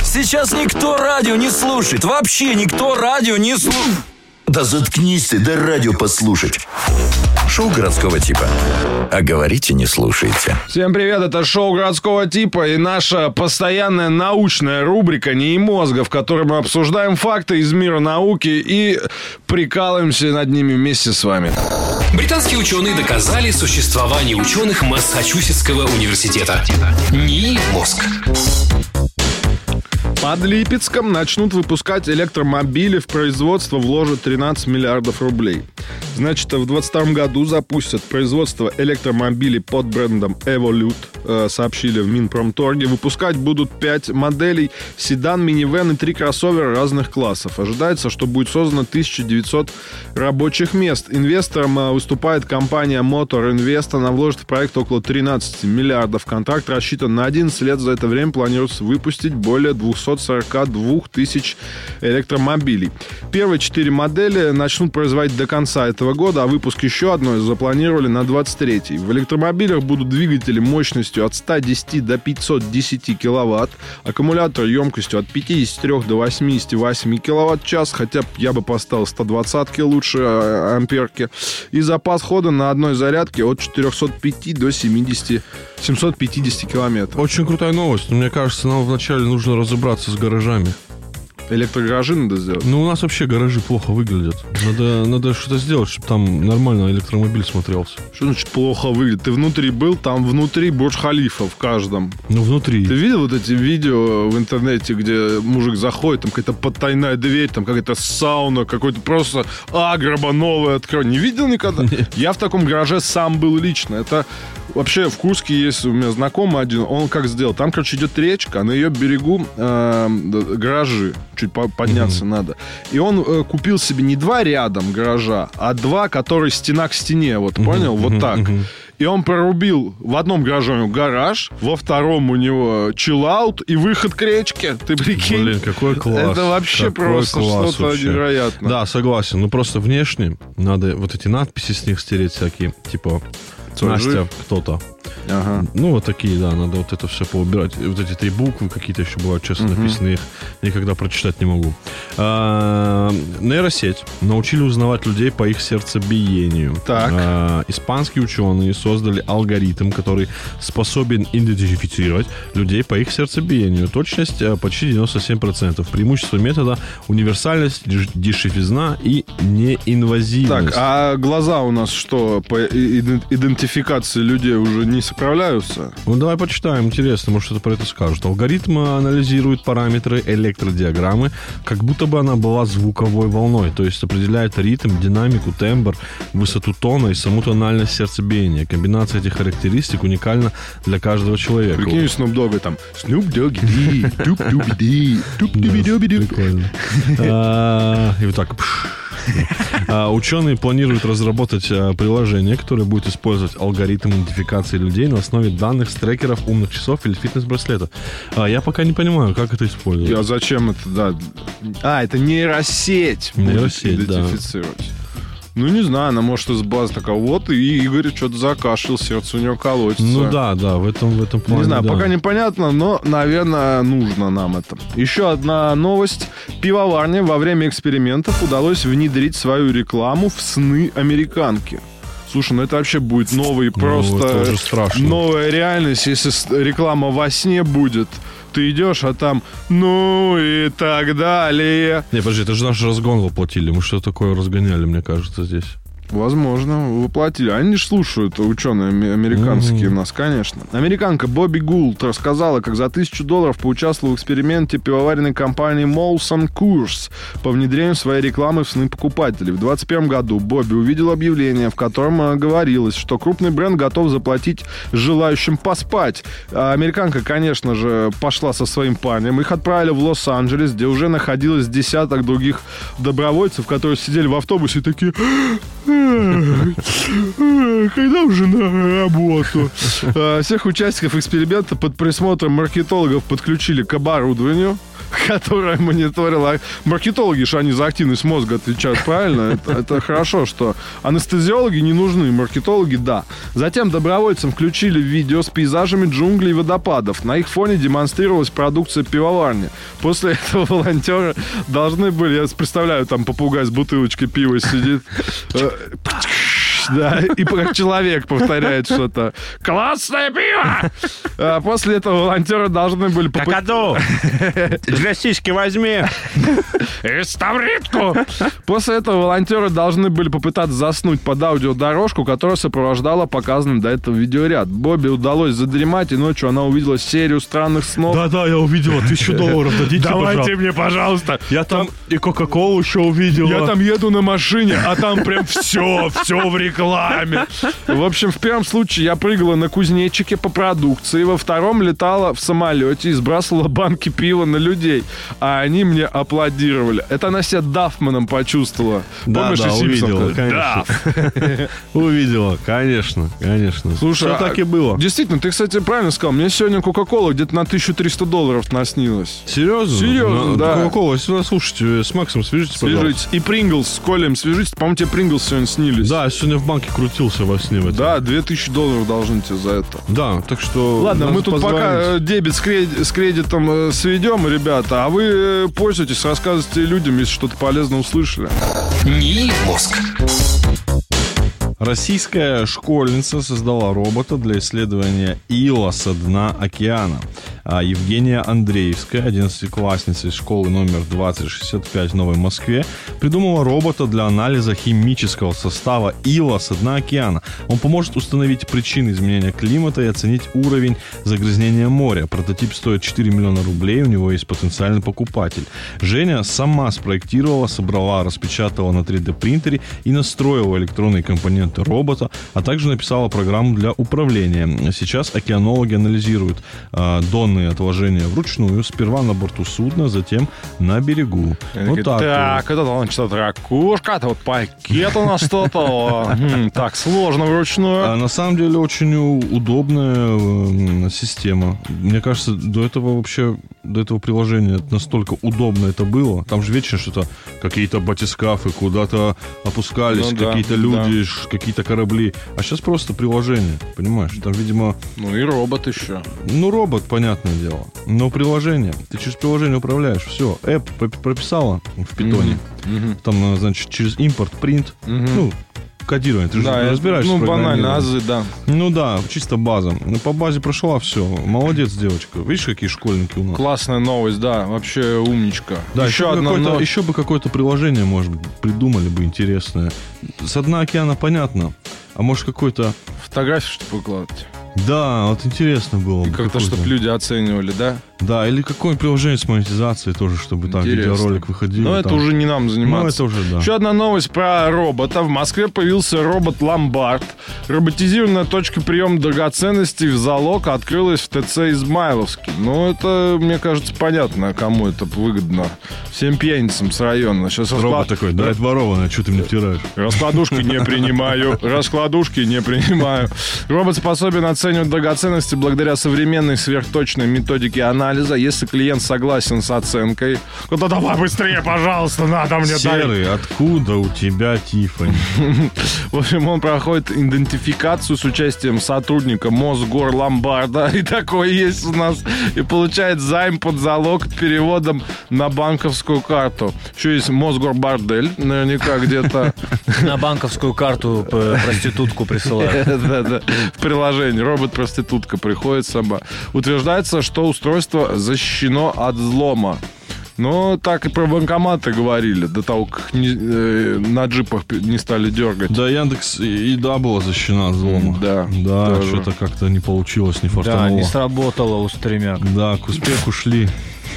Сейчас никто радио не слушает. Вообще никто радио не слушает. Да заткнись ты, дай радио послушать. Шоу городского типа. А говорите, не слушайте. Всем привет, это шоу городского типа и наша постоянная научная рубрика «НИИ мозга», в которой мы обсуждаем факты из мира науки и прикалываемся над ними вместе с вами. Британские ученые доказали существование ученых Массачусетского университета. НИИ мозг. Под Липецком начнут выпускать электромобили, в производство вложат 13 миллиардов рублей. Значит, в 2022 году запустят производство электромобилей под брендом Evolute, сообщили в Минпромторге. Выпускать будут 5 моделей: седан, минивэн и 3 кроссовера разных классов. Ожидается, что будет создано 1900 рабочих мест. Инвестором выступает компания Motor Invest. Она вложит в проект около 13 миллиардов. Контракт рассчитан на 11 лет. За это время планируется выпустить более 242 тысяч электромобилей. Первые 4 модели начнут производить до конца этого года, а выпуск еще одной запланировали на 23-й. В электромобилях будут двигатели мощностью от 110 до 510 киловатт, аккумулятор емкостью от 53 до 88 киловатт-час, хотя я бы поставил 120-ки лучше, амперки, и запас хода на одной зарядке от 405 до 750 километров. Очень крутая новость, но мне кажется, нам вначале нужно разобраться с гаражами. Электрогаражи надо сделать? Ну, у нас вообще гаражи плохо выглядят. Надо что-то сделать, чтобы там нормально электромобиль смотрелся. Что значит плохо выглядит? Ты внутри был? Там внутри Бурдж-Халифа в каждом. Ну, внутри. Ты видел вот эти видео в интернете, где мужик заходит, там какая-то потайная дверь, там какая-то сауна, какой-то просто агроба новая открой. Не видел никогда? Нет. Я в таком гараже сам был лично. Это вообще в Курске есть у меня знакомый один, он как сделал? Там, короче, идет речка, на ее берегу гаражи. Чуть подняться надо. И он купил себе не 2 рядом гаража, а 2, которые стена к стене. Вот, понял? Вот так. И он прорубил в одном гараже у него гараж, во втором у него чиллаут и выход к речке. Ты прикинь? Блин, какой класс. Это вообще какой просто что-то вообще невероятное. Да, согласен. Ну, просто внешне надо вот эти надписи с них стереть всякие. Типа, Настя кто-то. Ага. Ну, вот такие, да, надо вот это все поубирать. Вот эти 3 буквы какие-то еще бывают, честно, написаны, их никогда прочитать не могу. Нейросеть научили узнавать людей по их сердцебиению. Так. Испанские ученые создали алгоритм, который способен идентифицировать людей по их сердцебиению. Точность почти 97%. Преимущество метода — универсальность, дешевизна и неинвазивность. Так, а глаза у нас что, по идентификации людей уже не справляются? Ну, давай почитаем, интересно, может, что-то про это скажут. Алгоритм анализирует параметры электродиаграммы, как будто бы она была звуковой волной, то есть определяет ритм, динамику, тембр, высоту тона и саму тональность сердцебиения. Комбинация этих характеристик уникальна для каждого человека. Прикинь, Snoop Dogg там Snoop Doggy Ди, Туп-дуби-ди, Туп-дуби-дуби-ду. Прикольно. И вот так. Ученые планируют разработать приложение, которое будет использовать алгоритм идентификации людей на основе данных с трекеров, умных часов или фитнес-браслета. Я пока не понимаю, как это использовать. А зачем это, да? Это нейросеть. Нейросеть, будет идентифицировать. Да. Ну, не знаю, она может из базы такая, вот, и Игорь что-то закашлял, сердце у него колотится. Ну да, в этом плане. Не знаю, да. Пока непонятно, но, наверное, нужно нам это. Еще одна новость. Пивоварне во время экспериментов удалось внедрить свою рекламу в сны американки. Слушай, ну это вообще будет новый, просто новая реальность, если реклама во сне будет. Ты идешь, а там, ну и так далее. Не, подожди, это же наш разгон воплотили. Мы что такое разгоняли, мне кажется, здесь. Возможно, воплотили. Они же слушают, ученые американские нас, конечно. Американка Бобби Гулд рассказала, как за $1000 поучаствовала в эксперименте пивоваренной компании Molson Coors по внедрению своей рекламы в сны покупателей. В 2021 году Бобби увидела объявление, в котором говорилось, что крупный бренд готов заплатить желающим поспать. А американка, конечно же, пошла со своим парнем. Их отправили в Лос-Анджелес, где уже находилось десяток других добровольцев, которые сидели в автобусе и такие... Когда уже на работу? Всех участников эксперимента под присмотром маркетологов подключили к оборудованию. которая мониторила... Маркетологи же они за активность мозга отвечают, правильно? Это хорошо, что анестезиологи не нужны, маркетологи — да. Затем добровольцам включили видео с пейзажами джунглей и водопадов. На их фоне демонстрировалась продукция пивоварни. После этого волонтеры должны были... Я представляю, там попугай с бутылочкой пива сидит... Да, и как человек повторяет что-то. Классное пиво! После этого волонтеры должны были... Какаду! Две сиськи возьми! Ставритку! После этого волонтеры должны были попытаться заснуть под аудиодорожку, которая сопровождала показанный до этого видеоряд. Бобби удалось задремать, и ночью она увидела серию странных снов. Да, я увидела. $1000 дадите, Давайте мне, пожалуйста. Я там и Кока-Колу еще увидела. Я там еду на машине, а там прям все в рекламе. В общем, в первом случае я прыгала на кузнечике по продукции, во втором летала в самолете и сбрасывала банки пива на людей, а они мне аплодировали. Это она себя Даффманом почувствовала. Помнишь, да, увидела, конечно. Увидела, конечно. Слушай, все так и было. Действительно, ты, кстати, правильно сказал. Мне сегодня Кока-Кола где-то на $1300 наснилась. Серьезно? Серьезно, да. Кока-Кола, если вы слушаете, с Максом свяжитесь, пожалуйста. И Принглс с Колем свяжитесь. По-моему, тебе Принглс сегодня снились. Да, я сегодня в банке крутился во сне. Да, $2000 должны тебе за это. Да, так что... Ладно, мы тут пока дебет с кредитом сведем, ребята, а вы пользуйтесь, рассказывайте людям, если что-то полезное услышали. НИИ мозг. Российская школьница создала робота для исследования ила со дна океана. Евгения Андреевская, 11-классница из школы номер 2065 в Новой Москве, придумала робота для анализа химического состава ила со дна океана. Он поможет установить причины изменения климата и оценить уровень загрязнения моря. Прототип стоит 4 миллиона рублей, у него есть потенциальный покупатель. Женя сама спроектировала, собрала, распечатала на 3D-принтере и настроила электронные компоненты робота, а также написала программу для управления. Сейчас океанологи анализируют донные отложения вручную, сперва на борту судна, затем на берегу. Вот так. Так, это он что-то ракушка, это вот пакет у нас что-то. Так, сложно вручную. На самом деле очень удобная система. Мне кажется, до этого приложения настолько удобно это было. Там же вечно что-то, какие-то батискафы куда-то опускались, какие-то люди, какие-то корабли. А сейчас просто приложение, понимаешь? Там, видимо... Ну и робот еще. Ну, робот, понятное дело. Но приложение. Ты через приложение управляешь. Все. App прописала в питоне. Там, значит, через импорт, принт. Ну, кодирование. Ты же разбираешься в программировании. Банально, азы, да. Ну да, чисто база. Ну, по базе прошла, все. Молодец, девочка. Видишь, какие школьники у нас? Классная новость, да. Вообще умничка. Да, еще бы какое-то приложение, может быть, придумали бы интересное. Со дна океана понятно. А может, какой-то... Фотографии, что выкладывать. Да, вот интересно было бы. Как-то, чтобы люди оценивали, да? Да, или какое-нибудь приложение с монетизацией тоже, чтобы там видеоролик выходил. Но это уже не нам заниматься. Ну, это уже, да. Еще одна новость про робота. В Москве появился робот «Ломбард». Роботизированная точка приема драгоценностей в залог открылась в ТЦ Измайловский. Ну, это, мне кажется, понятно, кому это выгодно. Всем пьяницам с района. Сейчас робот такой, да, это ворованное, что ты мне втираешь? Раскладушки не принимаю. Раскладушки не принимаю. Робот способен оценивать драгоценности благодаря современной сверхточной методике анализа. Если клиент согласен с оценкой, то давай быстрее, пожалуйста, надо мне дать. Серый, откуда у тебя Тиффани? В общем, он проходит идентификацию с участием сотрудника Мосгорломбарда, и такой есть у нас, и получает займ под залог переводом на банковскую карту. Еще есть Мосгорбордель, наверняка где-то. На банковскую карту проститутку присылают. Да-да, в приложении. Робот-проститутка приходит сама. Утверждается, что устройство защищено от взлома. Ну, так и про банкоматы говорили, до того, как на джипах не стали дергать. Да, Яндекс еда была защищена от взлома. Да, что-то как-то не получилось, не фартануло. Да, не сработало у стремяк. Да, к успеху шли.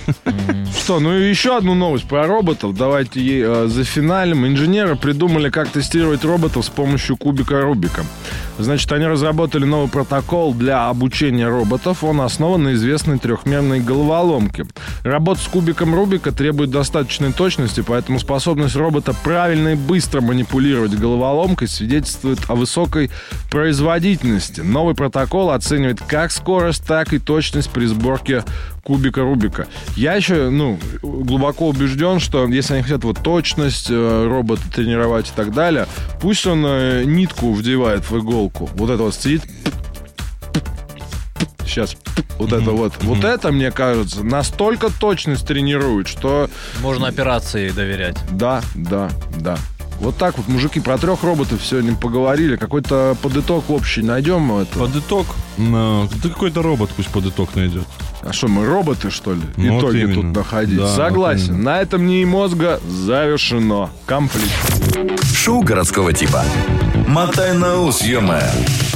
Что, ну и еще одну новость про роботов. Давайте ей зафиналим. Инженеры придумали, как тестировать роботов с помощью кубика Рубика. Значит, они разработали новый протокол для обучения роботов. Он основан на известной трехмерной головоломке. Работа с кубиком Рубика требует достаточной точности, поэтому способность робота правильно и быстро манипулировать головоломкой свидетельствует о высокой производительности. Новый протокол оценивает как скорость, так и точность при сборке кубика Рубика. Я еще, глубоко убежден, что если они хотят точность робота тренировать и так далее, пусть он нитку вдевает в иголку. Вот это сидит. Сейчас вот это вот. Вот это, мне кажется, настолько точность тренирует, что... Можно операции доверять. Да. Вот так вот, мужики, про 3 роботов сегодня поговорили. Какой-то подыток общий найдем? Подыток? Да какой-то робот пусть подыток найдет. А что, мы роботы, что ли? Ну, Итоги вот тут находить. Да, согласен. Вот на этом НИИ мозга завершено. Комплит. Шоу городского типа. Мотай на ус, ё-моё.